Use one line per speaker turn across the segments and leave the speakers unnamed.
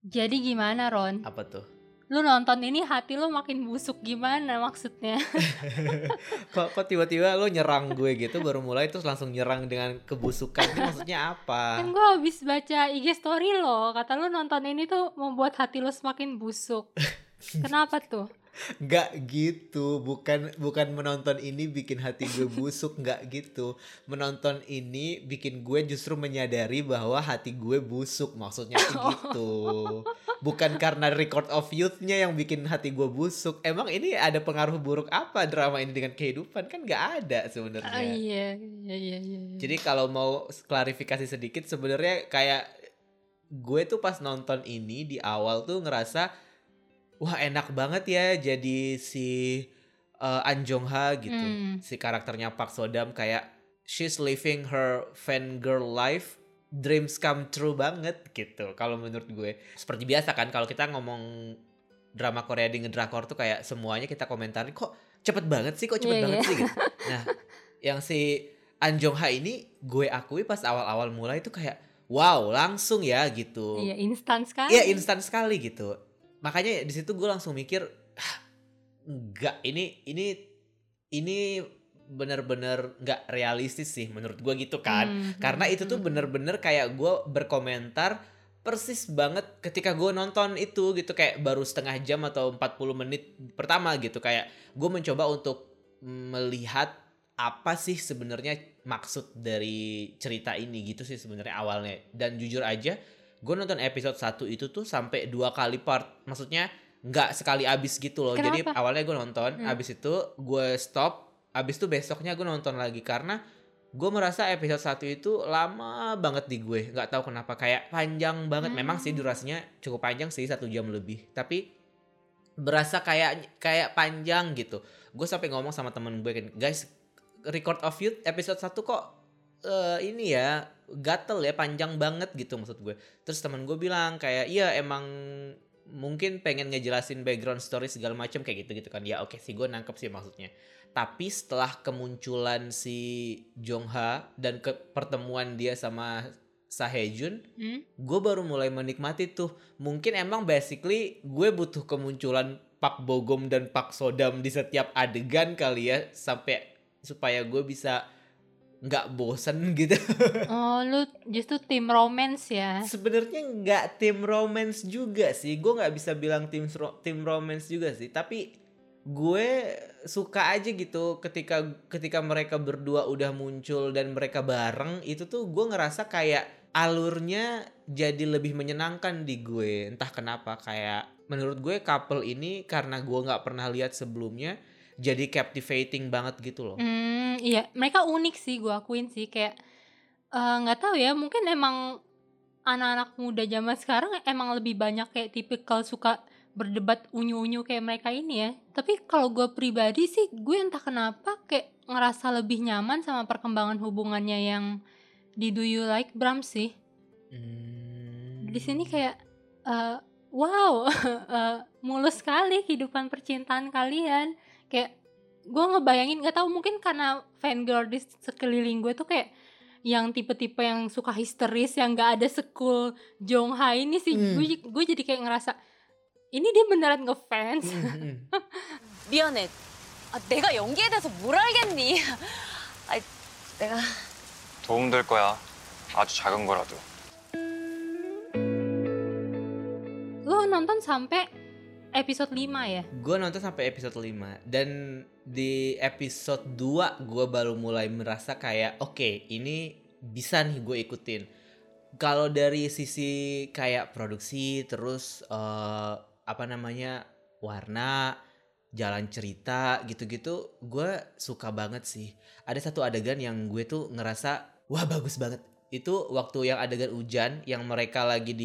Jadi gimana, Ron?
Apa tuh?
Lu nonton ini hati lu makin busuk gimana maksudnya?
Kok tiba-tiba lo nyerang gue gitu baru mulai terus langsung nyerang dengan kebusukan, ini maksudnya
Kan
apa?
gue habis baca IG story lo, kata lu nonton ini tuh membuat hati lu semakin busuk. Kenapa tuh?
Nggak gitu, bukan menonton ini bikin hati gue busuk, nggak gitu. Menonton ini bikin gue justru menyadari bahwa hati gue busuk, maksudnya tuh gitu. Bukan karena Record of Youth-nya yang bikin hati gue busuk. Emang ini ada pengaruh buruk apa drama ini dengan kehidupan? Kan nggak ada sebenarnya.
Iya, iya, iya, iya.
Jadi kalau mau klarifikasi sedikit, sebenarnya kayak gue tuh pas nonton ini di awal tuh ngerasa wah enak banget ya jadi si An Jong Ha gitu. Si karakternya Park Sodam kayak she's living her fangirl life, dreams come true banget gitu. Kalau menurut gue seperti biasa kan kalau kita ngomong drama Korea di ngedrakor tuh kayak semuanya kita komentarin kok cepet banget sih, kok cepet
Iya,
banget
iya.
sih gitu. Nah, yang si An Jong Ha ini gue akui pas awal-awal mulai tuh kayak wow langsung ya gitu.
Iya, instan sekali.
Iya instan sekali gitu. Makanya di situ gue langsung mikir, "Ah, enggak ini bener-bener nggak realistis sih menurut gue gitu kan." Karena itu tuh bener-bener kayak gue berkomentar persis banget ketika gue nonton itu gitu, kayak baru setengah jam atau 40 menit pertama gitu, kayak gue mencoba untuk melihat apa sih sebenarnya maksud dari cerita ini gitu sih sebenarnya awalnya. Dan jujur aja gue nonton episode 1 itu tuh sampai 2 kali part. Maksudnya nggak sekali abis gitu loh. Jadi
Kenapa?
awalnya gue nonton, abis itu gue stop, abis itu besoknya gue nonton lagi. Karena gue merasa episode 1 itu lama banget di gue. Nggak tahu kenapa, kayak panjang banget. Memang sih durasinya cukup panjang sih, 1 jam lebih. Tapi berasa kayak panjang gitu. Gue sampai ngomong sama temen gue kan, guys, Record of Youth episode 1 kok ini ya gatel ya, panjang banget gitu maksud gue. Terus temen gue bilang kayak iya emang mungkin pengen ngejelasin background story segala macam kayak gitu kan. Ya oke sih, gue nangkep sih maksudnya. Tapi setelah kemunculan si Jong Ha dan pertemuan dia sama Sahejun, gue baru mulai menikmati tuh. Mungkin emang basically gue butuh kemunculan Pak Bogum dan Pak Sodam di setiap adegan kali ya, sampai supaya gue bisa nggak bosen gitu.
Oh, lu justru tim romance ya?
Sebenarnya nggak tim romance juga sih, gue nggak bisa bilang tim romance juga sih, tapi gue suka aja gitu ketika mereka berdua udah muncul dan mereka bareng, itu tuh gue ngerasa kayak alurnya jadi lebih menyenangkan di gue, entah kenapa. Kayak menurut gue couple ini karena gue nggak pernah lihat sebelumnya jadi captivating banget gitu loh.
Iya, mereka unik sih, gue akuin sih. Kayak nggak tahu ya, mungkin emang anak-anak muda zaman sekarang emang lebih banyak kayak tipikal suka berdebat unyu-unyu kayak mereka ini ya. Tapi kalau gue pribadi sih, gue entah kenapa kayak ngerasa lebih nyaman sama perkembangan hubungannya yang di Do You Like Bram sih. Di sini kayak wow, mulus sekali kehidupan percintaan kalian. Kayak gue ngebayangin, nggak tahu mungkin karena fangirl di sekeliling gue tuh kayak yang tipe-tipe yang suka histeris, yang nggak ada sekul Jong Ha ini sih. Gue jadi kayak ngerasa ini dia beneran ngefans.
미안해. 내가 연기에 대해서 뭘 알겠니? 내가
도움될 거야. 아주 작은 거라도.
Lo nonton sampai episode 5 ya?
Gue nonton sampai episode 5 dan di episode 2 gue baru mulai merasa kayak oke, ini bisa nih gue ikutin. Kalau dari sisi kayak produksi, terus warna, jalan cerita gitu-gitu, gue suka banget sih. Ada satu adegan yang gue tuh ngerasa wah bagus banget. Itu waktu yang adegan hujan yang mereka lagi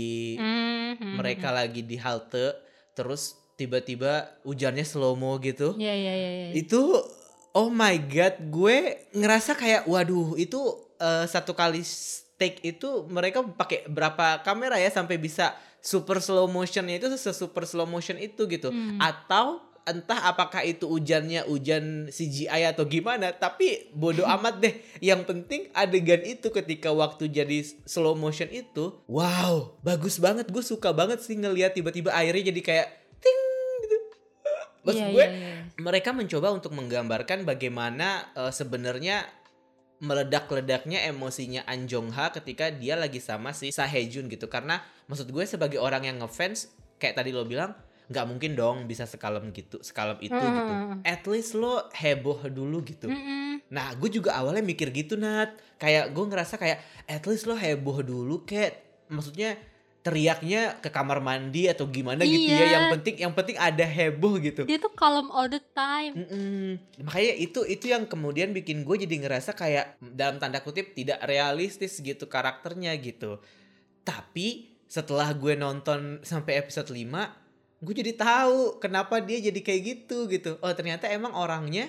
di halte, terus tiba-tiba hujannya slow mo gitu.
Iya.
Itu oh my god, gue ngerasa kayak waduh, itu satu kali take itu mereka pakai berapa kamera ya sampai bisa super slow motionnya itu super slow motion itu gitu. Atau entah apakah itu hujannya hujan CGI atau gimana, tapi bodo amat deh. Yang penting adegan itu ketika waktu jadi slow motion itu, wow, bagus banget. Gue suka banget sih ngelihat tiba-tiba airnya jadi kayak ting gitu. Maksud gue, mereka mencoba untuk menggambarkan bagaimana sebenarnya meledak-ledaknya emosinya An Jong Ha ketika dia lagi sama si Seo Hae Jun gitu. Karena maksud gue sebagai orang yang ngefans, kayak tadi lo bilang, nggak mungkin dong bisa sekalem itu gitu. At least lo heboh dulu gitu. Nah, gue juga awalnya mikir gitu, Nat. Kayak gue ngerasa kayak at least lo heboh dulu, kayak maksudnya teriaknya ke kamar mandi atau gimana gitu ya. Yang penting ada heboh gitu.
Dia tuh calm all the time.
Makanya itu yang kemudian bikin gue jadi ngerasa kayak dalam tanda kutip tidak realistis gitu karakternya gitu. Tapi setelah gue nonton sampai episode 5, gue jadi tahu kenapa dia jadi kayak gitu. Oh, ternyata emang orangnya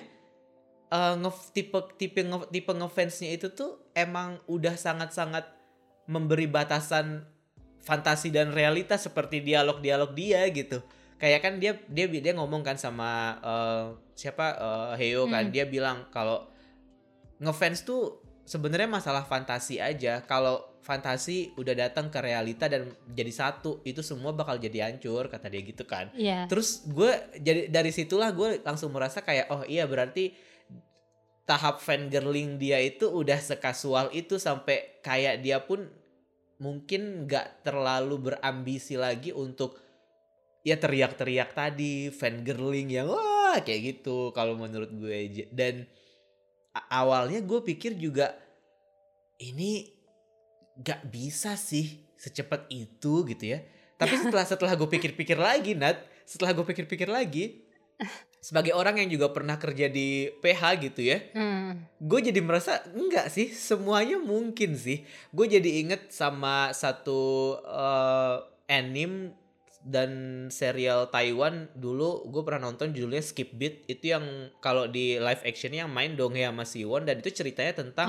tipe ngefansnya itu tuh emang udah sangat-sangat memberi batasan fantasi dan realitas seperti dialog-dialog dia gitu. Kayak kan dia ngomong kan sama Heo kan, dia bilang kalau ngefans tuh sebenarnya masalah fantasi aja. Kalau fantasi udah datang ke realita dan jadi satu, itu semua bakal jadi hancur, kata dia gitu kan. Terus gue jadi dari situlah gue langsung merasa kayak oh iya berarti tahap fangirling dia itu udah sekasual itu sampai kayak dia pun mungkin gak terlalu berambisi lagi untuk ya teriak-teriak tadi, fangirling yang wah kayak gitu kalau menurut gue. Dan awalnya gue pikir juga ini gak bisa sih secepat itu gitu ya. Tapi setelah gue pikir-pikir lagi, Nat, sebagai orang yang juga pernah kerja di PH gitu ya, gue jadi merasa enggak sih, semuanya mungkin sih. Gue jadi inget sama satu anime dan serial Taiwan dulu gue pernah nonton, judulnya Skip Beat. Itu yang kalau di live actionnya yang main Dong Hye sama Siwon, dan itu ceritanya tentang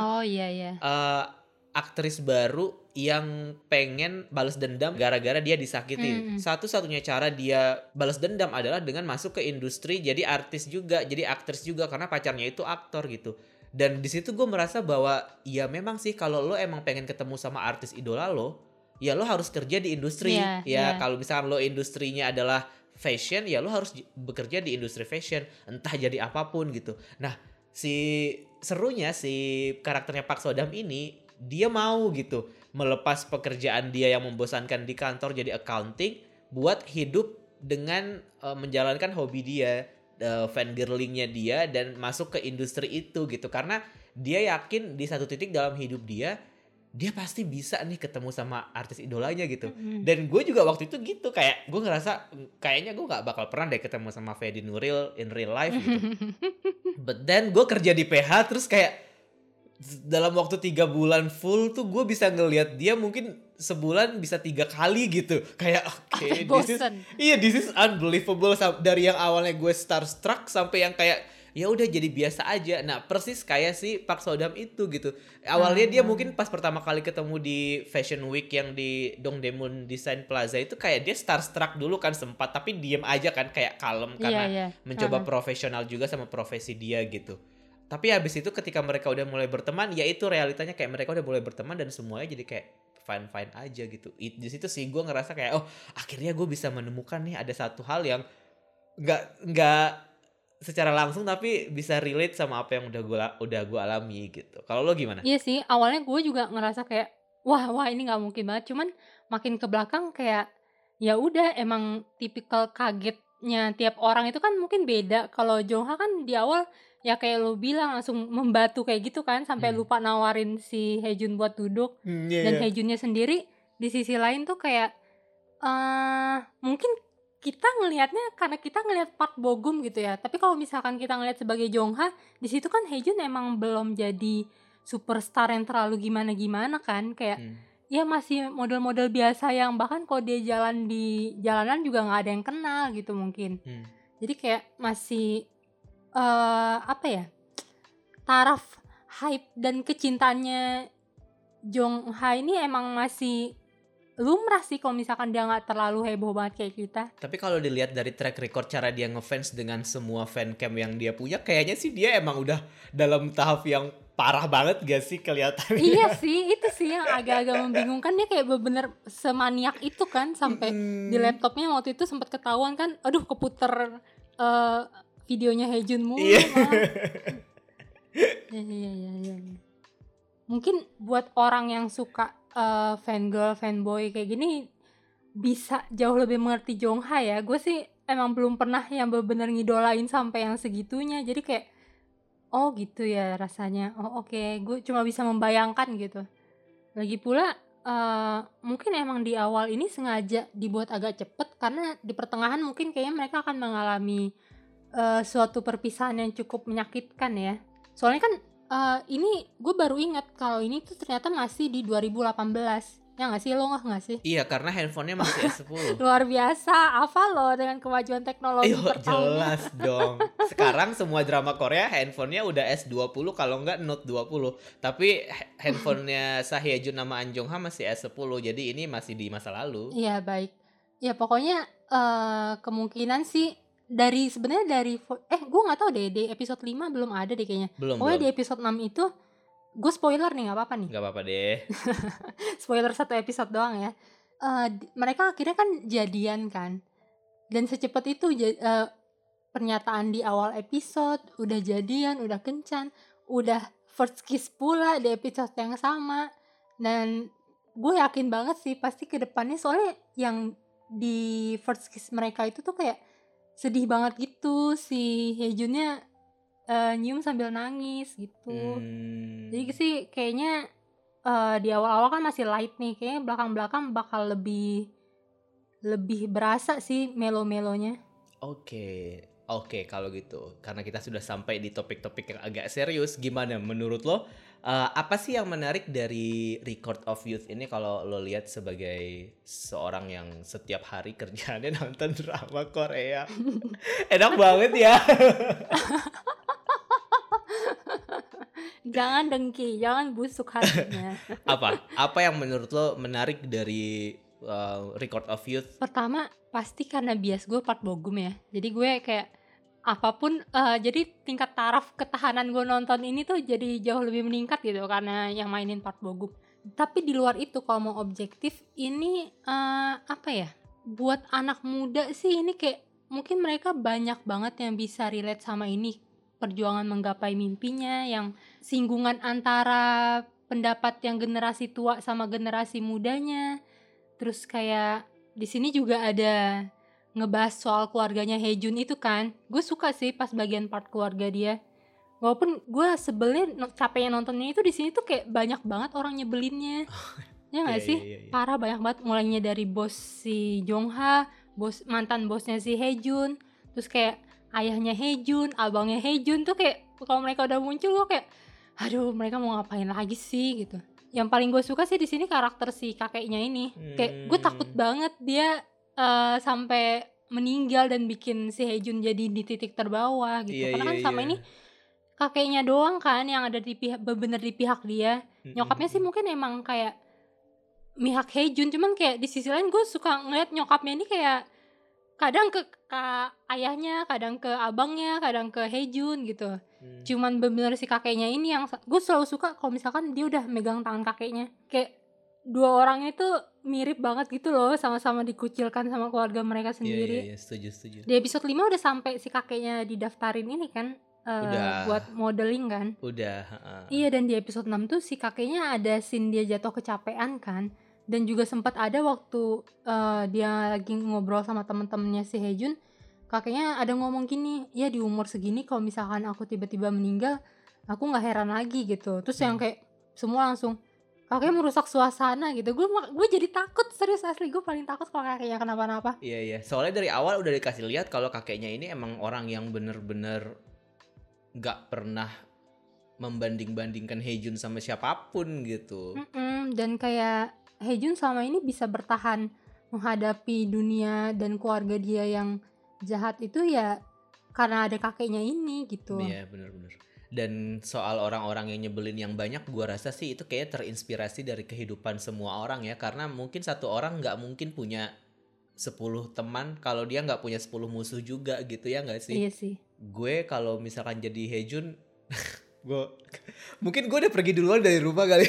aktris baru yang pengen balas dendam gara-gara dia disakiti. Satu-satunya cara dia balas dendam adalah dengan masuk ke industri jadi artis juga, jadi aktris juga, karena pacarnya itu aktor gitu. Dan di situ gue merasa bahwa ya memang sih kalau lo emang pengen ketemu sama artis idola lo, ya lo harus kerja di industri. Kalau misalkan lo industrinya adalah fashion, ya lo harus bekerja di industri fashion, entah jadi apapun gitu. Nah, serunya si karakternya Park Seo Dam ini, dia mau gitu melepas pekerjaan dia yang membosankan di kantor jadi accounting buat hidup dengan menjalankan hobi dia, fangirlingnya dia, dan masuk ke industri itu gitu. Karena dia yakin di satu titik dalam hidup dia pasti bisa nih ketemu sama artis idolanya gitu. Dan gue juga waktu itu gitu, kayak gue ngerasa kayaknya gue gak bakal pernah deh ketemu sama Fedi Nuril in real life gitu. But then gue kerja di PH, terus kayak dalam waktu 3 bulan full tuh gue bisa ngelihat dia mungkin sebulan bisa 3 kali gitu. Kayak oke, this is unbelievable. Dari yang awalnya gue starstruck sampai yang kayak ya udah jadi biasa aja. Nah, persis kayak si Park Seo Dam itu gitu. Awalnya dia mungkin pas pertama kali ketemu di Fashion Week yang di Dongdaemun Design Plaza itu kayak dia starstruck dulu kan sempat, tapi diem aja kan, kayak kalem karena mencoba profesional juga sama profesi dia gitu. Tapi habis itu ketika mereka udah mulai berteman, ya itu realitanya kayak mereka udah mulai berteman dan semuanya jadi kayak fine-fine aja gitu. Di situ sih gue ngerasa kayak oh akhirnya gue bisa menemukan nih ada satu hal yang nggak secara langsung tapi bisa relate sama apa yang udah gue alami gitu. Kalau lo gimana?
Iya sih, awalnya gue juga ngerasa kayak wah ini nggak mungkin banget. Cuman makin ke belakang kayak ya udah, emang tipikal kagetnya tiap orang itu kan mungkin beda. Kalau Jong Ha kan di awal ya kayak lo bilang langsung membatu kayak gitu kan, sampai lupa nawarin si Haejun buat duduk. Dan Haejunnya sendiri di sisi lain tuh kayak mungkin kita ngelihatnya karena kita ngelihat Park Bo Gum gitu ya. Tapi kalau misalkan kita ngelihat sebagai Jong Ha, di situ kan Haejun emang belum jadi superstar yang terlalu gimana-gimana kan, kayak ya masih model-model biasa yang bahkan kalau dia jalan di jalanan juga nggak ada yang kenal gitu mungkin. Jadi kayak masih taraf hype dan kecintaannya Jong Ha ini emang masih lumrah sih kalau misalkan dia nggak terlalu heboh banget kayak kita.
Tapi kalau dilihat dari track record cara dia ngefans dengan semua fancam yang dia punya, kayaknya sih dia emang udah dalam tahap yang parah banget gak sih kelihatannya?
Iya sih, itu sih yang agak-agak membingungkan, dia kayak bener-bener semaniak itu kan, sampai di laptopnya waktu itu sempat ketahuan kan, aduh keputer videonya Haejun mulu.
Iya.
Iya. Mungkin buat orang yang suka fangirl, fanboy kayak gini bisa jauh lebih mengerti Jongha ya. Gue sih emang belum pernah yang bener-bener ngidolain sampai yang segitunya. Jadi kayak oh gitu ya rasanya. Oh oke, gue cuma bisa membayangkan gitu. Lagi pula mungkin emang di awal ini sengaja dibuat agak cepet karena di pertengahan mungkin kayaknya mereka akan mengalami suatu perpisahan yang cukup menyakitkan ya. Soalnya kan ini gue baru ingat kalau ini tuh ternyata masih di 2018. Ya nggak sih, lo nggak sih?
Iya, karena handphonenya masih S10.
Luar biasa, apa lo dengan kemajuan teknologi
Ayo,
per tahunnya?
jelas dong. Sekarang semua drama Korea handphonenya udah S20 kalau nggak Note 20. Tapi handphonenya Sahyeon nama An Jong Ha masih S10. Jadi ini masih di masa lalu.
Iya baik. Ya pokoknya kemungkinan sih sebenarnya dari gue nggak tahu deh, di episode 5 belum ada deh kayaknya.
Belum.
Pokoknya di episode 6 itu gue spoiler nih, nggak apa-apa nih.
Nggak apa-apa deh.
Spoiler 1 episode doang ya. Mereka akhirnya kan jadian kan. Dan secepat itu pernyataan di awal episode udah jadian, udah kencan, udah first kiss pula di episode yang sama. Dan gue yakin banget sih pasti ke depannya, soalnya yang di first kiss mereka itu tuh kayak sedih banget gitu, si Haejunnya nyium sambil nangis gitu. Jadi sih kayaknya di awal-awal kan masih light nih, kayaknya belakang-belakang bakal lebih berasa sih melo-melonya.
Oke, kalau gitu. Karena kita sudah sampai di topik-topik yang agak serius, gimana menurut lo? Apa sih yang menarik dari Record of Youth ini kalau lo lihat sebagai seorang yang setiap hari kerjaannya nonton drama Korea? Enak banget ya.
Jangan dengki, jangan busuk hatinya.
Apa yang menurut lo menarik dari Record of Youth?
Pertama pasti karena bias gue Park Bo-gum ya. Jadi gue kayak apapun, jadi tingkat taraf ketahanan gue nonton ini tuh jadi jauh lebih meningkat gitu karena yang mainin Park Bo-gum. Tapi di luar itu kalau mau objektif, ini apa ya, buat anak muda sih ini kayak mungkin mereka banyak banget yang bisa relate sama ini. Perjuangan menggapai mimpinya, yang singgungan antara pendapat yang generasi tua sama generasi mudanya. Terus kayak di sini juga ada ngebahas soal keluarganya Haejun itu kan. Gue suka sih pas bagian part keluarga dia. Walaupun gue sebelnya capeknya nontonnya itu, di sini tuh kayak banyak banget orang nyebelinnya. Ya nggak sih?
Iya.
Parah, banyak banget, mulainya dari bos si Jongha, mantan bosnya si Haejun, terus kayak ayahnya Haejun, abangnya Haejun tuh kayak kalau mereka udah muncul gue kayak aduh mereka mau ngapain lagi sih gitu. Yang paling gue suka sih di sini karakter si kakeknya ini. Kayak gue takut banget dia sampai meninggal dan bikin si Haejun jadi di titik terbawah gitu. Karena kan sama ini kakeknya doang kan yang ada di bener di pihak dia. Nyokapnya sih mungkin emang kayak mihak Haejun, cuman kayak di sisi lain gue suka ngeliat nyokapnya ini kayak kadang ke ayahnya, kadang ke abangnya, kadang ke Haejun gitu. Cuman bener-bener si kakeknya ini yang gue selalu suka kalau misalkan dia udah megang tangan kakeknya. Kayak dua orang itu mirip banget gitu loh, sama-sama dikucilkan sama keluarga mereka sendiri.
Iya, setuju.
Di episode 5 udah sampai si kakeknya didaftarin ini kan, buat modeling kan.
Udah.
Iya, dan di episode 6 tuh si kakeknya ada scene dia jatuh kecapean kan. Dan juga sempat ada waktu dia lagi ngobrol sama temen-temennya si Haejun, kakeknya ada ngomong gini, ya di umur segini kalau misalkan aku tiba-tiba meninggal, aku nggak heran lagi gitu. Terus yang kayak semua langsung kakeknya merusak suasana gitu. Gue jadi takut, serius asli, gue paling takut kalau kakeknya kenapa-napa.
Iya. Soalnya dari awal udah dikasih lihat kalau kakeknya ini emang orang yang bener-bener nggak pernah membanding-bandingkan Haejun sama siapapun gitu.
Dan kayak Haejun selama ini bisa bertahan menghadapi dunia dan keluarga dia yang jahat itu ya karena ada kakeknya ini gitu.
Iya, benar-benar. Dan soal orang-orang yang nyebelin yang banyak, gua rasa sih itu kayak terinspirasi dari kehidupan semua orang ya. Karena mungkin satu orang nggak mungkin punya 10 teman kalau dia nggak punya 10 musuh juga gitu ya nggak sih?
Iya sih.
Gue kalau misalkan jadi Hejun, gue mungkin gue udah pergi duluan dari rumah kali.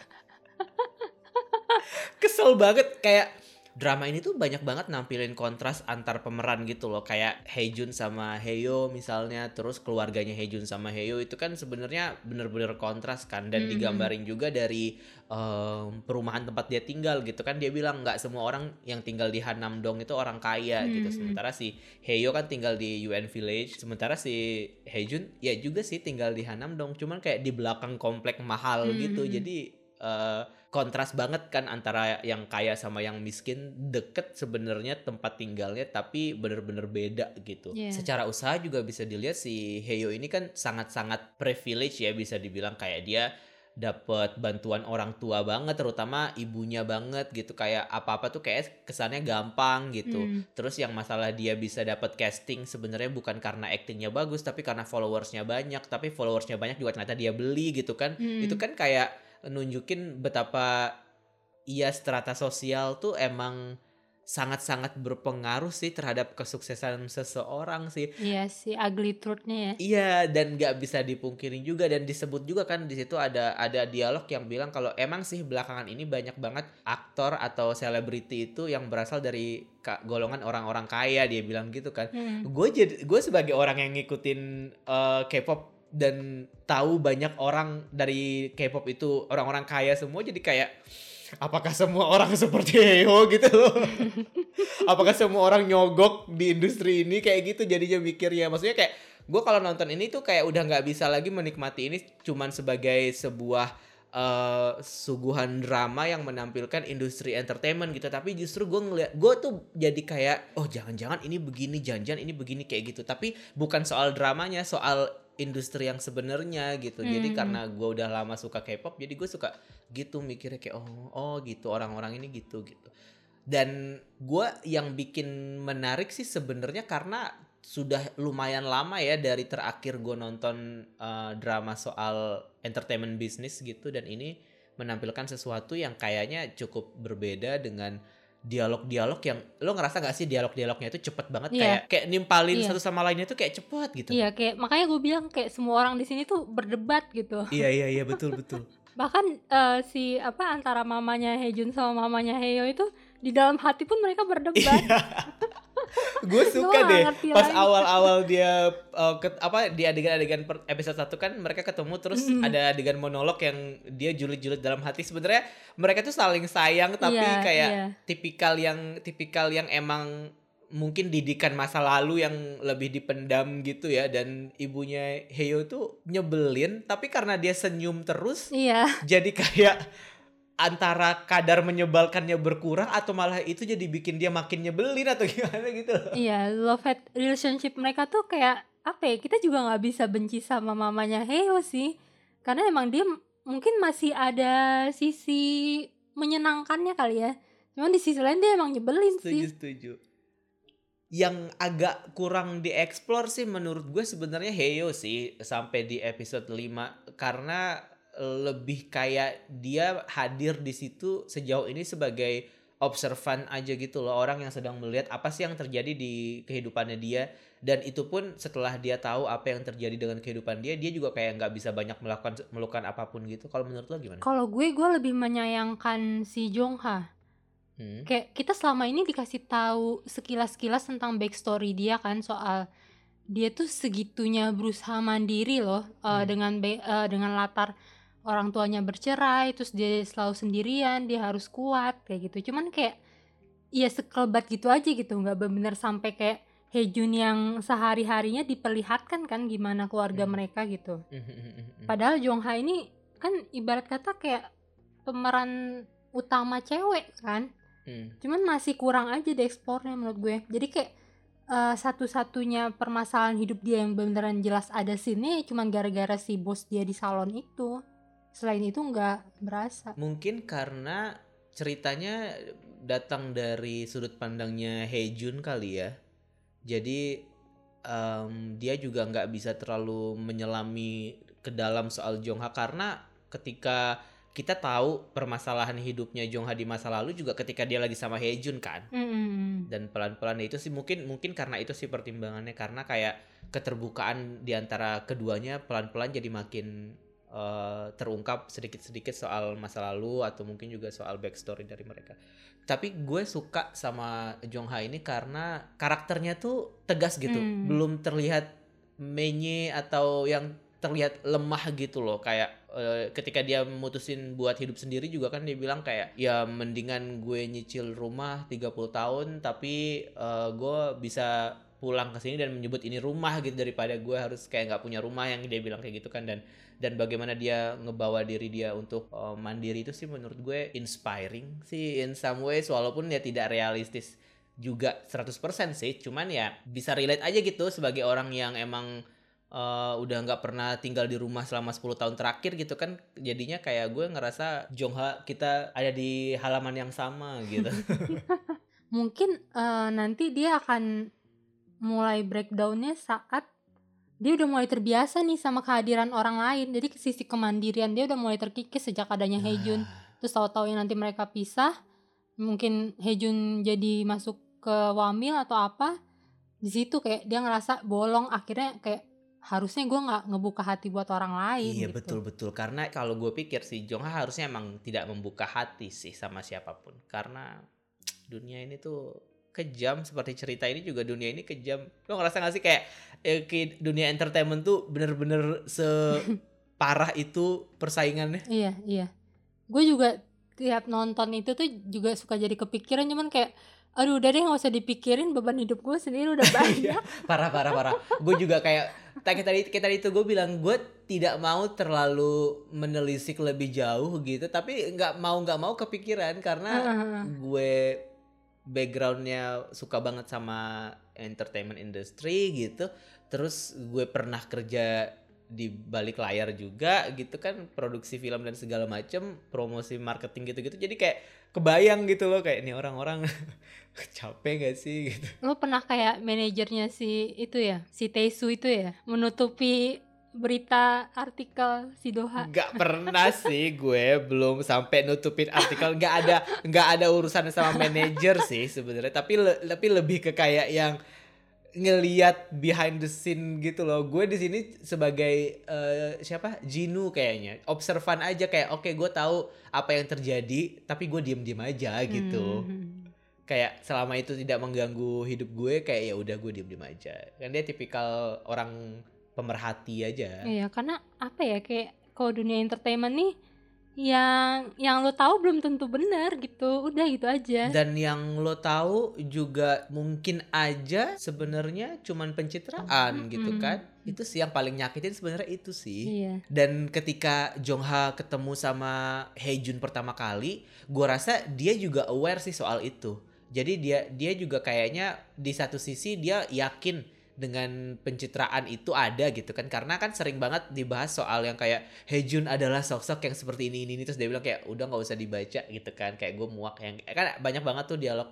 Kesel banget, kayak drama ini tuh banyak banget nampilin kontras antar pemeran gitu loh, kayak Hejun sama Heyo misalnya, terus keluarganya Hejun sama Heyo itu kan sebenarnya bener-bener kontras kan, dan digambarin juga dari perumahan tempat dia tinggal gitu kan. Dia bilang nggak semua orang yang tinggal di Hanamdong itu orang kaya gitu, sementara si Heyo kan tinggal di UN Village, sementara si Hejun ya juga sih tinggal di Hanamdong, cuman kayak di belakang komplek mahal gitu. Jadi kontras banget kan antara yang kaya sama yang miskin, deket sebenarnya tempat tinggalnya tapi bener-bener beda gitu.
Yeah.
Secara usaha juga bisa dilihat si Heyo ini kan sangat-sangat privilege ya, bisa dibilang kayak dia dapat bantuan orang tua banget, terutama ibunya banget gitu, kayak apa-apa tuh kayak kesannya gampang gitu. Terus yang masalah dia bisa dapat casting sebenarnya bukan karena actingnya bagus, tapi karena followersnya banyak. Tapi followersnya banyak juga ternyata dia beli gitu kan. Itu kan kayak nunjukin betapa strata sosial tuh emang sangat-sangat berpengaruh sih terhadap kesuksesan seseorang sih.
Iya sih, ugly truth-nya ya.
Iya, dan nggak bisa dipungkirin juga, dan disebut juga kan di situ ada dialog yang bilang kalau emang sih belakangan ini banyak banget aktor atau selebriti itu yang berasal dari golongan orang-orang kaya, dia bilang gitu kan. Gue sebagai orang yang ngikutin K-pop dan tahu banyak orang dari K-pop itu orang-orang kaya semua, jadi kayak apakah semua orang seperti Heyo gitu loh? Apakah semua orang nyogok di industri ini kayak gitu? Jadinya mikirnya, maksudnya kayak gue kalau nonton ini tuh kayak udah nggak bisa lagi menikmati ini cuman sebagai sebuah suguhan drama yang menampilkan industri entertainment gitu, tapi justru gue tuh jadi kayak jangan-jangan ini begini, jangan-jangan ini begini kayak gitu. Tapi bukan soal dramanya, soal industri yang sebenarnya gitu. Jadi karena gue udah lama suka K-pop, jadi gue suka gitu mikirnya kayak gitu orang-orang ini gitu. Dan gue yang bikin menarik sih sebenarnya karena sudah lumayan lama ya dari terakhir gue nonton drama soal entertainment business gitu, dan ini menampilkan sesuatu yang kayaknya cukup berbeda dengan dialog-dialog yang lo ngerasa gak sih dialog-dialognya itu cepet banget, kayak nimpalin satu sama lainnya tuh kayak cepet gitu.
Iya, kayak makanya gue bilang kayak semua orang di sini tuh berdebat gitu.
Iya betul.
Bahkan antara mamanya Hejun sama mamanya Heyo itu di dalam hati pun mereka berdebat.
Gue suka
Gua
deh
ngerti
pas
lagi.
awal-awal dia di adegan-adegan episode 1 kan mereka ketemu, terus ada adegan monolog yang dia julid-julid dalam hati. Sebenarnya mereka tuh saling sayang, tapi kayak tipikal yang emang mungkin didikan masa lalu yang lebih dipendam gitu ya. Dan ibunya Heyo tuh nyebelin, tapi karena dia senyum terus, jadi kayak antara kadar menyebalkannya berkurang atau malah itu jadi bikin dia makin nyebelin atau gimana gitu loh.
Iya, love hate relationship mereka tuh kayak apa ya, kita juga gak bisa benci sama mamanya Heyo sih, karena emang dia mungkin masih ada sisi menyenangkannya kali ya, cuman di sisi lain dia emang nyebelin sih.
Setuju. Yang agak kurang dieksplor sih menurut gue sebenarnya Heyo sih sampai di episode 5, karena lebih kayak dia hadir di situ sejauh ini sebagai observan aja gitu loh, orang yang sedang melihat apa sih yang terjadi di kehidupannya dia. Dan itu pun setelah dia tahu apa yang terjadi dengan kehidupan dia juga kayak nggak bisa banyak melakukan apapun gitu. Kalau menurut lo gimana?
Kalau gue lebih menyayangkan si Jongha. Kayak kita selama ini dikasih tahu sekilas-kilas tentang backstory dia kan, soal dia tuh segitunya berusaha mandiri loh, dengan latar orang tuanya bercerai, terus dia selalu sendirian, dia harus kuat kayak gitu. Cuman kayak sekelebat gitu aja gitu, nggak benar sampai kayak Hejun yang sehari-harinya diperlihatkan kan gimana keluarga mereka gitu. Padahal Jongha ini kan ibarat kata kayak pemeran utama cewek kan. Cuman masih kurang aja dieksplornya menurut gue. Jadi kayak satu-satunya permasalahan hidup dia yang beneran jelas ada sini cuman gara-gara si bos dia di salon itu. Selain itu nggak berasa.
Mungkin karena ceritanya datang dari sudut pandangnya Hejun kali ya. Jadi dia juga nggak bisa terlalu menyelami ke dalam soal Jongha, karena ketika kita tahu permasalahan hidupnya Jongha di masa lalu juga ketika dia lagi sama Haejun kan. Dan pelan-pelan itu sih mungkin karena itu sih pertimbangannya, karena kayak keterbukaan di antara keduanya pelan-pelan jadi makin terungkap sedikit-sedikit soal masa lalu atau mungkin juga soal backstory dari mereka. Tapi gue suka sama Jongha ini karena karakternya tuh tegas gitu, belum terlihat menye atau yang terlihat lemah gitu loh. Kayak ketika dia memutusin buat hidup sendiri juga kan dia bilang kayak ya mendingan gue nyicil rumah 30 tahun tapi gue bisa pulang ke sini dan menyebut ini rumah gitu daripada gue harus kayak nggak punya rumah, yang dia bilang kayak gitu kan. Dan bagaimana dia ngebawa diri dia untuk mandiri itu sih menurut gue inspiring sih in some ways, walaupun ya tidak realistis juga 100% sih, cuman ya bisa relate aja gitu sebagai orang yang emang udah nggak pernah tinggal di rumah selama 10 tahun terakhir gitu kan. Jadinya kayak gue ngerasa Jongha kita ada di halaman yang sama gitu.
Mungkin nanti dia akan mulai breakdownnya saat dia udah mulai terbiasa nih sama kehadiran orang lain. Jadi sisi kemandirian dia udah mulai terkikis sejak adanya Haejun. Terus tahu-tahu nanti mereka pisah, mungkin Haejun jadi masuk ke Wamil atau apa. Di situ kayak dia ngerasa bolong, akhirnya kayak harusnya gue nggak ngebuka hati buat orang lain.
Iya
gitu.
betul. Karena kalau gue pikir sih Jongha harusnya emang tidak membuka hati sih sama siapapun, karena dunia ini tuh kejam. Seperti cerita ini juga dunia ini kejam. Lo ngerasa gak sih kayak dunia entertainment tuh bener-bener separah itu persaingannya?
Iya. Gue juga tiap nonton itu tuh juga suka jadi kepikiran, cuman kayak aduh udah deh gak usah dipikirin, beban hidup gue sendiri udah banyak.
Parah. Gue juga kayak tadi itu gue bilang gue tidak mau terlalu menelisik lebih jauh gitu, tapi nggak mau kepikiran karena gue backgroundnya suka banget sama entertainment industry gitu. Terus gue pernah kerja di balik layar juga gitu kan, produksi film dan segala macem, promosi marketing gitu-gitu. Jadi kayak kebayang gitu loh kayak ini orang-orang capek gak sih gitu.
Lo pernah kayak manajernya si itu ya, si Taesu itu ya, menutupi berita artikel si Doha?
Gak pernah sih, gue belum sampai nutupin artikel. Gak ada urusan sama manajer sih sebenarnya, tapi lebih ke kayak yang ngelihat behind the scene gitu loh. Gue di sini sebagai siapa? Jinu kayaknya. Observan aja kayak oke, gue tahu apa yang terjadi tapi gue diem-diem aja gitu. Kayak selama itu tidak mengganggu hidup gue, kayak ya udah gue diem-diem aja. Kan dia tipikal orang pemerhati aja.
Iya, karena apa ya, kayak kalau dunia entertainment nih yang lo tahu belum tentu benar gitu. Udah gitu aja.
Dan yang lo tahu juga mungkin aja sebenarnya cuman pencitraan gitu kan. Itu sih yang paling nyakitin sebenarnya itu sih.
Iya.
Dan ketika Jongha ketemu sama Haejun pertama kali, gue rasa dia juga aware sih soal itu. Jadi dia juga kayaknya di satu sisi dia yakin dengan pencitraan itu ada gitu kan, karena kan sering banget dibahas soal yang kayak Haejun adalah sosok yang seperti ini terus dia bilang kayak udah nggak usah dibaca gitu kan, kayak gue muak. Yang kan banyak banget tuh dialog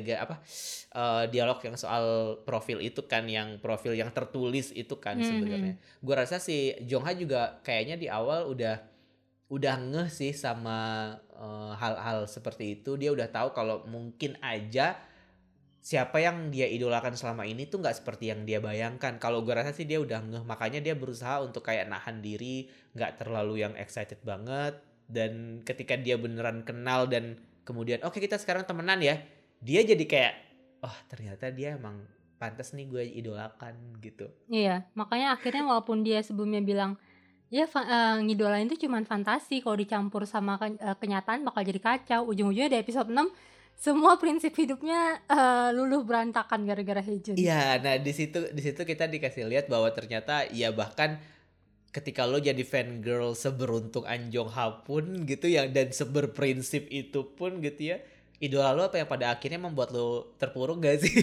dialog yang soal profil itu kan, yang profil yang tertulis itu kan sebenarnya. Gue rasa si Jongha juga kayaknya di awal udah ngeh sih sama hal-hal seperti itu. Dia udah tahu kalau mungkin aja siapa yang dia idolakan selama ini tuh nggak seperti yang dia bayangkan. Kalau gue rasa sih dia udah ngeh, makanya dia berusaha untuk kayak nahan diri, nggak terlalu yang excited banget. Dan ketika dia beneran kenal dan kemudian oke, kita sekarang temenan ya, dia jadi kayak oh ternyata dia emang pantas nih gue idolakan gitu.
Iya, makanya akhirnya walaupun dia sebelumnya bilang ya ngidolain itu cuman fantasi, kalau dicampur sama kenyataan bakal jadi kacau. Ujung-ujungnya di episode 6 semua prinsip hidupnya luluh berantakan gara-gara Haejun.
Iya, nah di situ kita dikasih lihat bahwa ternyata ya bahkan ketika lo jadi fan girl seberuntung An Jongha pun gitu ya, dan seberprinsip itu pun gitu ya, idola lo apa yang pada akhirnya membuat lo terpuruk gak sih?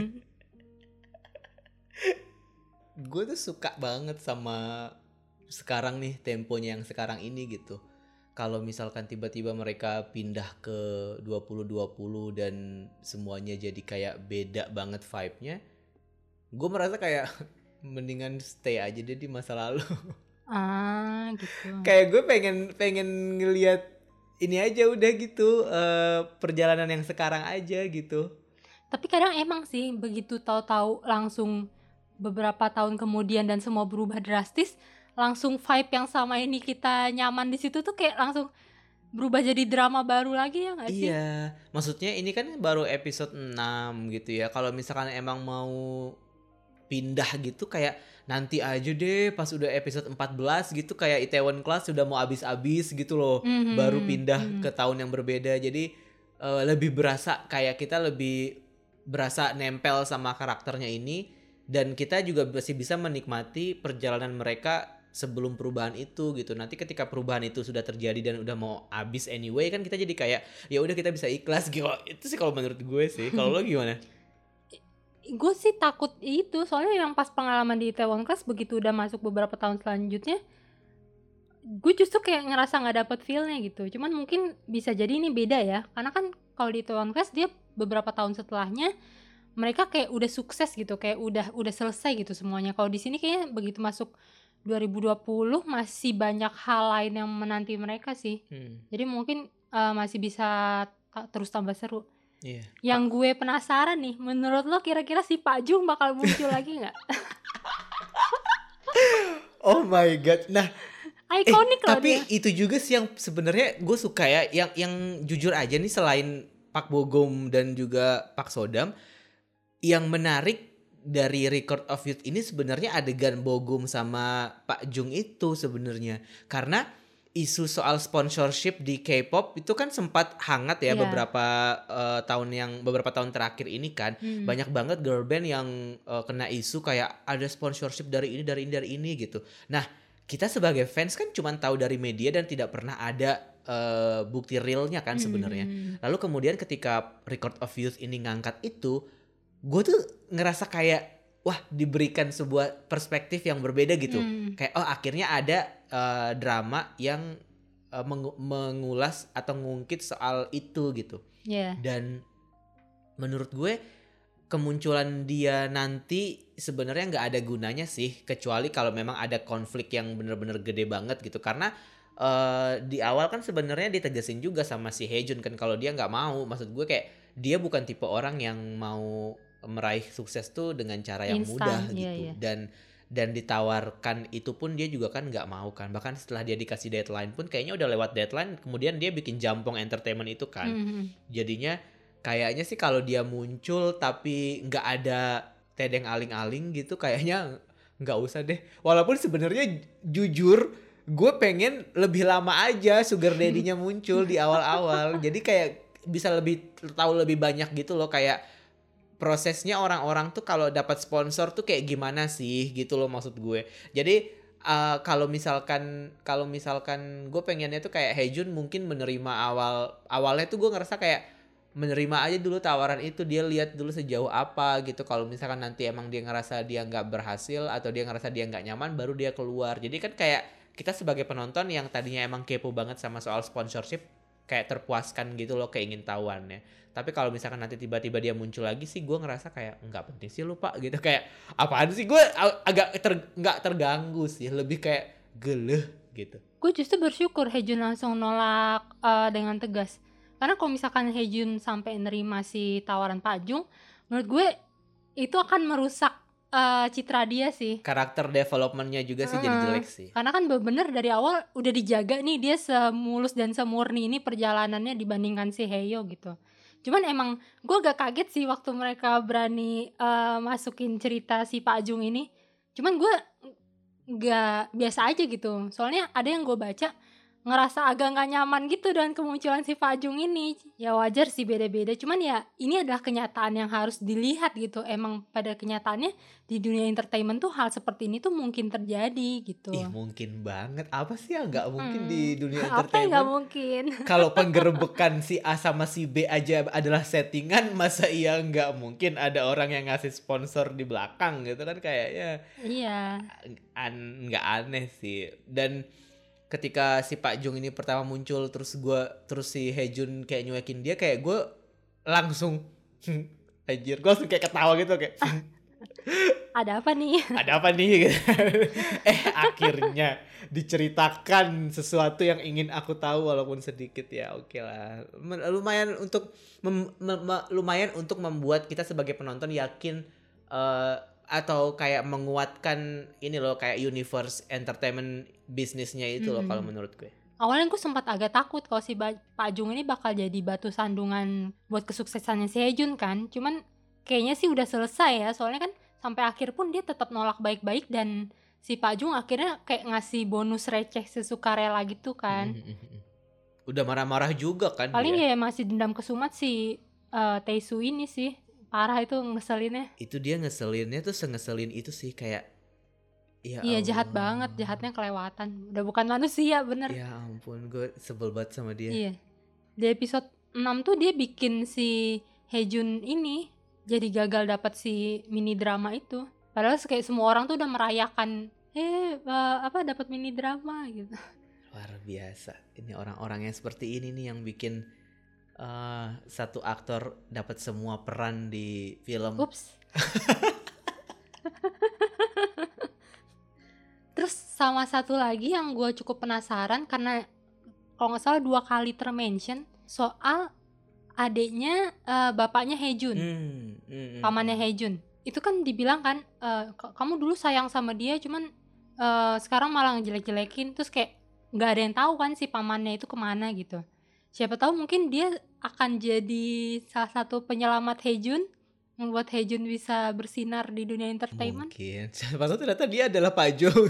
Gue tuh suka banget sama sekarang nih, temponya yang sekarang ini gitu. Kalau misalkan tiba-tiba mereka pindah ke 2020 dan semuanya jadi kayak beda banget vibe-nya, gue merasa kayak mendingan stay aja deh di masa lalu.
Gitu.
Kayak gue pengen ngelihat ini aja udah gitu, perjalanan yang sekarang aja gitu.
Tapi kadang emang sih begitu tahu-tahu langsung beberapa tahun kemudian dan semua berubah drastis, langsung vibe yang sama ini kita nyaman di situ tuh kayak langsung berubah jadi drama baru lagi, ya nggak sih?
Iya, maksudnya ini kan baru episode 6 gitu ya. Kalau misalkan emang mau pindah gitu kayak nanti aja deh pas udah episode 14 gitu, kayak Itaewon Class sudah mau habis-habis gitu loh. Baru pindah ke tahun yang berbeda. Jadi lebih berasa kayak kita lebih berasa nempel sama karakternya ini, dan kita juga masih bisa menikmati perjalanan mereka sebelum perubahan itu gitu. Nanti ketika perubahan itu sudah terjadi dan udah mau habis anyway kan kita jadi kayak ya udah kita bisa ikhlas gitu. Itu sih kalau menurut gue sih. Kalau lo gimana?
Gue sih takut itu, soalnya yang pas pengalaman di Itaewon Class begitu udah masuk beberapa tahun selanjutnya, gue justru kayak ngerasa nggak dapet feel-nya gitu. Cuman mungkin bisa jadi ini beda ya, karena kan kalau di Itaewon Class dia beberapa tahun setelahnya mereka kayak udah sukses gitu, kayak udah selesai gitu semuanya. Kalau di sini kayaknya begitu masuk 2020 masih banyak hal lain yang menanti mereka sih. Jadi mungkin masih bisa terus tambah seru.
Iya.
Yang gue penasaran nih, menurut lo kira-kira si Pak Jung bakal muncul lagi nggak?
Oh my god. Nah,
Ikonik loh
tapi
dia.
itu juga sih yang sebenarnya gue suka ya, yang jujur aja nih, selain Pak Bogum dan juga Pak Sodam, yang menarik dari Record of Youth ini sebenarnya adegan Bogum sama Pak Jung itu sebenarnya. Karena isu soal sponsorship di K-pop itu kan sempat hangat ya.
Iya.
beberapa tahun terakhir ini kan. Banyak banget girl band yang kena isu kayak ada sponsorship dari ini gitu. Nah, kita sebagai fans kan cuma tahu dari media dan tidak pernah ada bukti realnya kan sebenarnya. Lalu kemudian ketika Record of Youth ini ngangkat itu, gue tuh ngerasa kayak wah, diberikan sebuah perspektif yang berbeda gitu. Kayak oh, akhirnya ada drama yang mengulas atau ngungkit soal itu gitu.
Iya.
Dan menurut gue kemunculan dia nanti sebenarnya nggak ada gunanya sih, kecuali kalau memang ada konflik yang bener-bener gede banget gitu. Karena di awal kan sebenarnya ditegasin juga sama si Haejun kan kalau dia nggak mau. Maksud gue kayak dia bukan tipe orang yang mau meraih sukses tuh dengan cara yang
Instan,
mudah
iya,
gitu.
iya.
Dan ditawarkan itu pun dia juga kan nggak mau kan. Bahkan setelah dia dikasih deadline pun kayaknya udah lewat deadline, kemudian dia bikin Jampong Entertainment itu kan. Jadinya kayaknya sih kalau dia muncul tapi nggak ada tedeng aling-aling gitu, kayaknya nggak usah deh. Walaupun sebenarnya jujur gue pengen lebih lama aja sugar daddy-nya muncul di awal-awal. Jadi kayak bisa lebih tahu lebih banyak gitu loh, kayak prosesnya orang-orang tuh kalau dapat sponsor tuh kayak gimana sih gitu loh, maksud gue. Jadi kalau misalkan gue pengennya tuh kayak Haejun mungkin menerima awalnya tuh gue ngerasa kayak menerima aja dulu tawaran itu, dia lihat dulu sejauh apa gitu. Kalau misalkan nanti emang dia ngerasa dia nggak berhasil atau dia ngerasa dia nggak nyaman, baru dia keluar. Jadi kan kayak kita sebagai penonton yang tadinya emang kepo banget sama soal sponsorship, kayak terpuaskan gitu loh keingintahuannya. Tapi kalau misalkan nanti tiba-tiba dia muncul lagi sih, gue ngerasa kayak nggak penting sih lu Pak gitu. Kayak apaan sih, gue agak nggak terganggu sih, lebih kayak geleh gitu.
Gue justru bersyukur Haejun langsung nolak dengan tegas. Karena kalau misalkan Haejun sampai nerima si tawaran Pak Jung, menurut gue itu akan merusak citra dia sih.
Karakter developmentnya juga sih jadi jelek sih.
Karena kan bener dari awal udah dijaga nih dia semulus dan semurni ini perjalanannya dibandingkan si Haeyo gitu. Cuman emang gue agak kaget sih waktu mereka berani masukin cerita si Pak Jung ini. Cuman gue gak biasa aja gitu. Soalnya ada yang gue baca ngerasa agak gak nyaman gitu dengan kemunculan si Pak Jung ini. Ya wajar sih, beda-beda. Cuman ya ini adalah kenyataan yang harus dilihat gitu. Emang pada kenyataannya di dunia entertainment tuh hal seperti ini tuh mungkin terjadi gitu.
Ih, mungkin banget. Apa sih yang gak mungkin di dunia
Apa yang
entertainment?
gak mungkin?
Kalau penggerebekan si A sama si B aja adalah settingan, masa iya nggak mungkin ada orang yang ngasih sponsor di belakang gitu kan, kayaknya
Iya.
nggak aneh sih. Dan ketika si Pak Jung ini pertama muncul, terus si Haejun kayak nyuekin dia, kayak gue langsung anjir, gue langsung kayak ketawa gitu kayak
Ada apa nih?
Ada apa nih gitu. Akhirnya diceritakan sesuatu yang ingin aku tahu walaupun sedikit ya. Oke lah. Lumayan untuk membuat kita sebagai penonton yakin atau kayak menguatkan ini loh, kayak universe entertainment bisnisnya itu loh kalau menurut gue.
Awalnya gue sempat agak takut kalau si Pak Jung ini bakal jadi batu sandungan buat kesuksesannya si Haejun kan. Cuman kayaknya sih udah selesai ya, soalnya kan sampai akhir pun dia tetap nolak baik-baik dan si Pak Jung akhirnya kayak ngasih bonus receh sesukarela gitu kan.
Udah marah-marah juga kan
Paling
dia.
ya masih dendam kesumat si Taesu ini sih. Parah itu ngeselinnya.
Itu dia ngeselinnya tuh sengeselin itu sih, kayak ya
Iya jahat
Allah.
banget, jahatnya kelewatan. Udah bukan manusia bener.
Ya ampun, gue sebel banget sama dia.
Iya. Di episode 6 tuh dia bikin si Haejun ini jadi gagal dapat si mini drama itu. Padahal kayak semua orang tuh udah merayakan dapat mini drama gitu.
Luar biasa. Ini orang-orang yang seperti ini nih yang bikin satu aktor dapat semua peran di film.
Ups. Terus sama satu lagi yang gue cukup penasaran karena kalau nggak salah 2 kali termention soal adiknya bapaknya Haejun, pamannya Haejun. Itu kan dibilang kan kamu dulu sayang sama dia cuman sekarang malah ngejelek-jelekin. Terus kayak nggak ada yang tahu kan si pamannya itu kemana gitu. Siapa tahu mungkin dia akan jadi salah satu penyelamat Haejun, membuat Haejun bisa bersinar di dunia entertainment.
Mungkin. Siapa tahu ternyata dia adalah Pak Jung.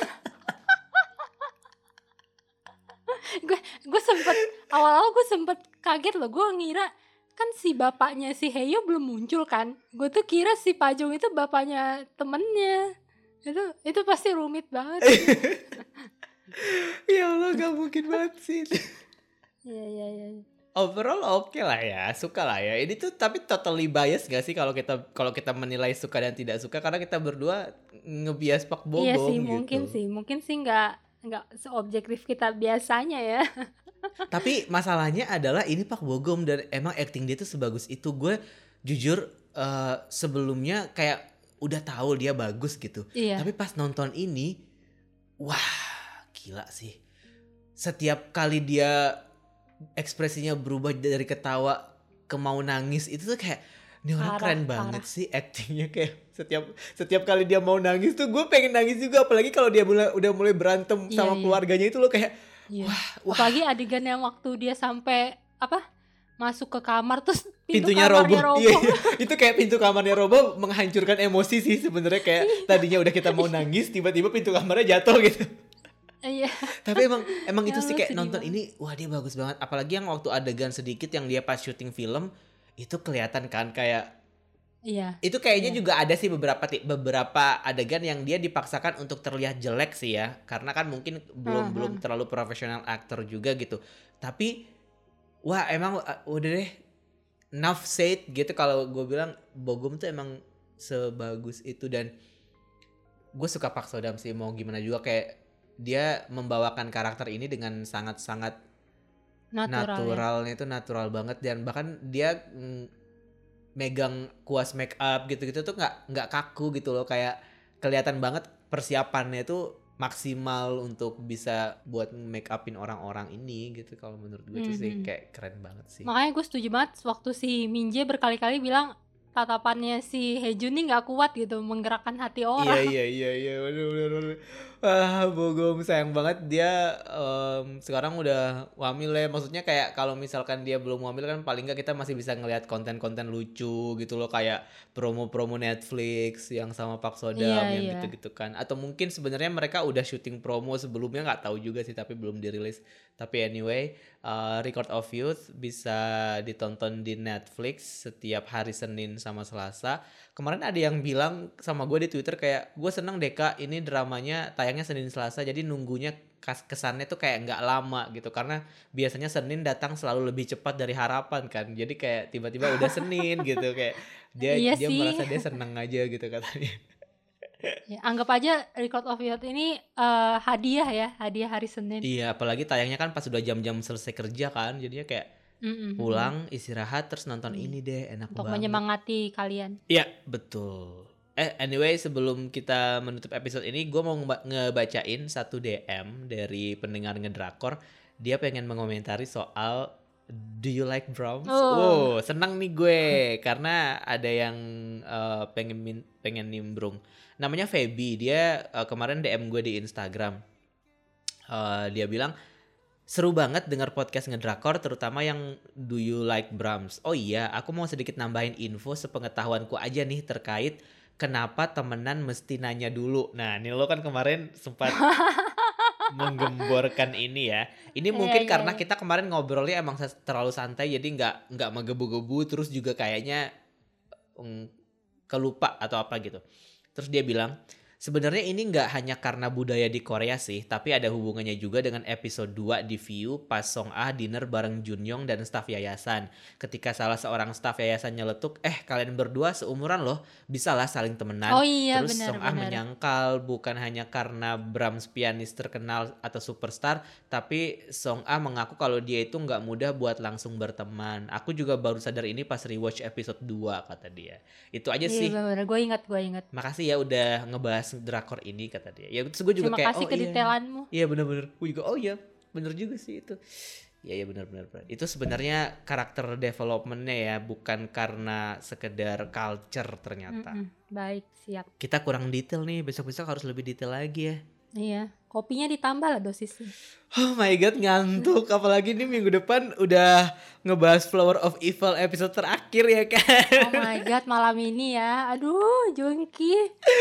gue awal-awal gue sempet kaget loh. Gue ngira kan si bapaknya si Haeyo belum muncul kan. Gue tuh kira si Pak Jung itu bapaknya temennya. Itu pasti rumit banget.
Ya Allah, gak mungkin banget sih.
Iya.
Overall oke lah ya, suka lah ya. Ini tuh tapi totally bias gak sih kalau kita menilai suka dan tidak suka, karena kita berdua ngebias Pak Bogum
Iya sih,
gitu.
mungkin sih nggak seobjektif kita biasanya ya.
Tapi masalahnya adalah ini Pak Bogum dan emang acting dia tuh sebagus itu. Gue jujur sebelumnya kayak udah tahu dia bagus gitu.
Iya.
Tapi pas nonton ini, wah gila sih. Setiap kali dia ekspresinya berubah dari ketawa ke mau nangis, itu tuh kayak ini orang keren banget sih actingnya. Kayak setiap kali dia mau nangis tuh gue pengen nangis juga, apalagi kalau dia udah mulai berantem sama keluarganya itu loh, kayak wah.
Apalagi adegan yang waktu dia sampai masuk ke kamar terus
pintunya roboh. Iya. Itu kayak pintu kamarnya roboh menghancurkan emosi sih sebenarnya. Kayak tadinya udah kita mau nangis, tiba-tiba pintu kamarnya jatuh gitu.
Iya.
Tapi emang itu sih kayak nonton ini, wah dia bagus banget. Apalagi yang waktu adegan sedikit yang dia pas syuting film itu kelihatan kan kayak.
Iya.
Itu kayaknya juga ada sih beberapa adegan yang dia dipaksakan untuk terlihat jelek sih ya, karena kan mungkin belum terlalu profesional aktor juga gitu. Tapi wah emang udah deh, enough said gitu kalau gue bilang Bogum tuh emang sebagus itu. Dan gue suka Park Seo-dam sih, mau gimana juga kayak dia membawakan karakter ini dengan sangat-sangat naturalnya itu natural banget. Dan bahkan dia megang kuas make up gitu-gitu tuh nggak kaku gitu loh, kayak kelihatan banget persiapannya tuh maksimal untuk bisa buat make upin orang-orang ini gitu. Kalau menurut gue tuh sih kayak keren banget sih.
Makanya gue setuju banget waktu si Minje berkali-kali bilang tatapannya si Haejun nih nggak kuat gitu menggerakkan hati orang.
Iya bener. Bogum sayang banget dia sekarang udah wamil ya. Maksudnya kayak kalau misalkan dia belum wamil kan paling nggak kita masih bisa ngelihat konten-konten lucu gitu loh, kayak promo-promo Netflix yang sama Park Seo-dam yang gitu-gitu kan. Atau mungkin sebenarnya mereka udah syuting promo sebelumnya, nggak tahu juga sih, tapi belum dirilis. Tapi anyway, Record of Youth bisa ditonton di Netflix setiap hari Senin sama Selasa. Kemarin ada yang bilang sama gue di Twitter kayak, gue seneng deh Kak ini dramanya tayangnya Senin Selasa, jadi nunggunya kesannya tuh kayak nggak lama gitu, karena biasanya Senin datang selalu lebih cepat dari harapan kan. Jadi kayak tiba-tiba udah Senin gitu, kayak dia merasa dia seneng aja gitu katanya.
Ya, anggap aja Record of Youth ini hadiah hari Senin.
Iya, apalagi tayangnya kan pas udah jam-jam selesai kerja kan, jadinya kayak pulang istirahat terus nonton ini deh, enak
untuk
banget.
menyemangati kalian.
Iya betul. Anyway, sebelum kita menutup episode ini, gue mau ngebacain satu DM dari pendengar ngedrakor. Dia pengen mengomentari soal Do you like Brahms?
Oh.
Senang nih gue karena ada yang pengen nimbrung. Namanya Feby. Dia kemarin DM gue di Instagram. Dia bilang seru banget dengar podcast ngedrakor, terutama yang Do You Like Brahms. Oh iya, aku mau sedikit nambahin info sepengetahuanku aja nih terkait kenapa temenan mesti nanya dulu. Nah, ini lo kan kemarin sempat menggemborkan ini ya. Ini mungkin karena kita kemarin ngobrolnya emang terlalu santai, jadi nggak menggebu-gebu, terus juga kayaknya kelupa atau apa gitu. Terus dia bilang, sebenarnya ini nggak hanya karena budaya di Korea sih, tapi ada hubungannya juga dengan episode 2 di View pas Song Ah dinner bareng Junyoung dan staf yayasan. Ketika salah seorang staf yayasan nyeletuk, kalian berdua seumuran loh, bisalah saling temenan.
Oh iya,
Terus
benar,
Song Ah
benar.
menyangkal bukan hanya karena Brahms pianis terkenal atau superstar, tapi Song Ah mengaku kalau dia itu nggak mudah buat langsung berteman. Aku juga baru sadar ini pas rewatch episode 2 kata dia. Itu aja sih.
Iya benar, gue ingat.
Makasih ya udah ngebahas drakor ini kata dia. Ya terus gue juga
Terima
kayak
kasih kedetailanmu.
Iya bener-bener. Gue juga bener juga sih itu. Iya bener-bener. Itu sebenarnya karakter developmentnya ya, bukan karena sekedar culture ternyata.
Baik, siap.
Kita kurang detail nih, besok-besok harus lebih detail lagi ya.
Iya, kopinya ditambah lah dosisnya.
Oh my god, ngantuk. Apalagi nih minggu depan udah ngebahas Flower of Evil episode terakhir ya kan.
Oh my god, malam ini ya. Aduh, Jungki.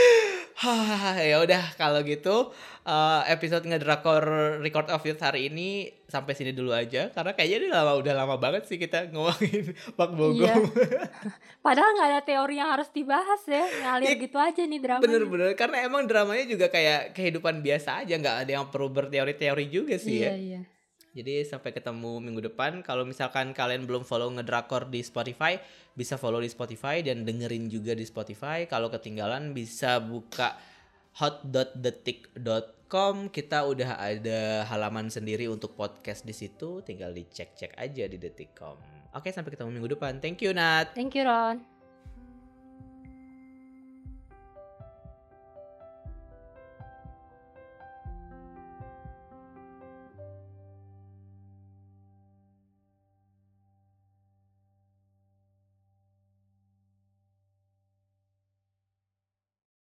Ya udah kalau gitu episode ngedrakor Record of Youth hari ini sampai sini dulu aja karena kayaknya ini udah lama banget sih kita ngomongin Pak Bogum.
Iya. Padahal nggak ada teori yang harus dibahas ya, ngalir gitu aja nih dramanya.
Bener-bener karena emang dramanya juga kayak kehidupan biasa aja, nggak ada yang perlu berteori-teori juga sih ya.
Iya.
Jadi sampai ketemu minggu depan. Kalau misalkan kalian belum follow ngedrakor di Spotify, bisa follow di Spotify dan dengerin juga di Spotify. Kalau ketinggalan bisa buka hot.detik.com. Kita udah ada halaman sendiri untuk podcast di situ, tinggal dicek-cek aja di detik.com. Oke, sampai ketemu minggu depan. Thank you Nat.
Thank you Ron.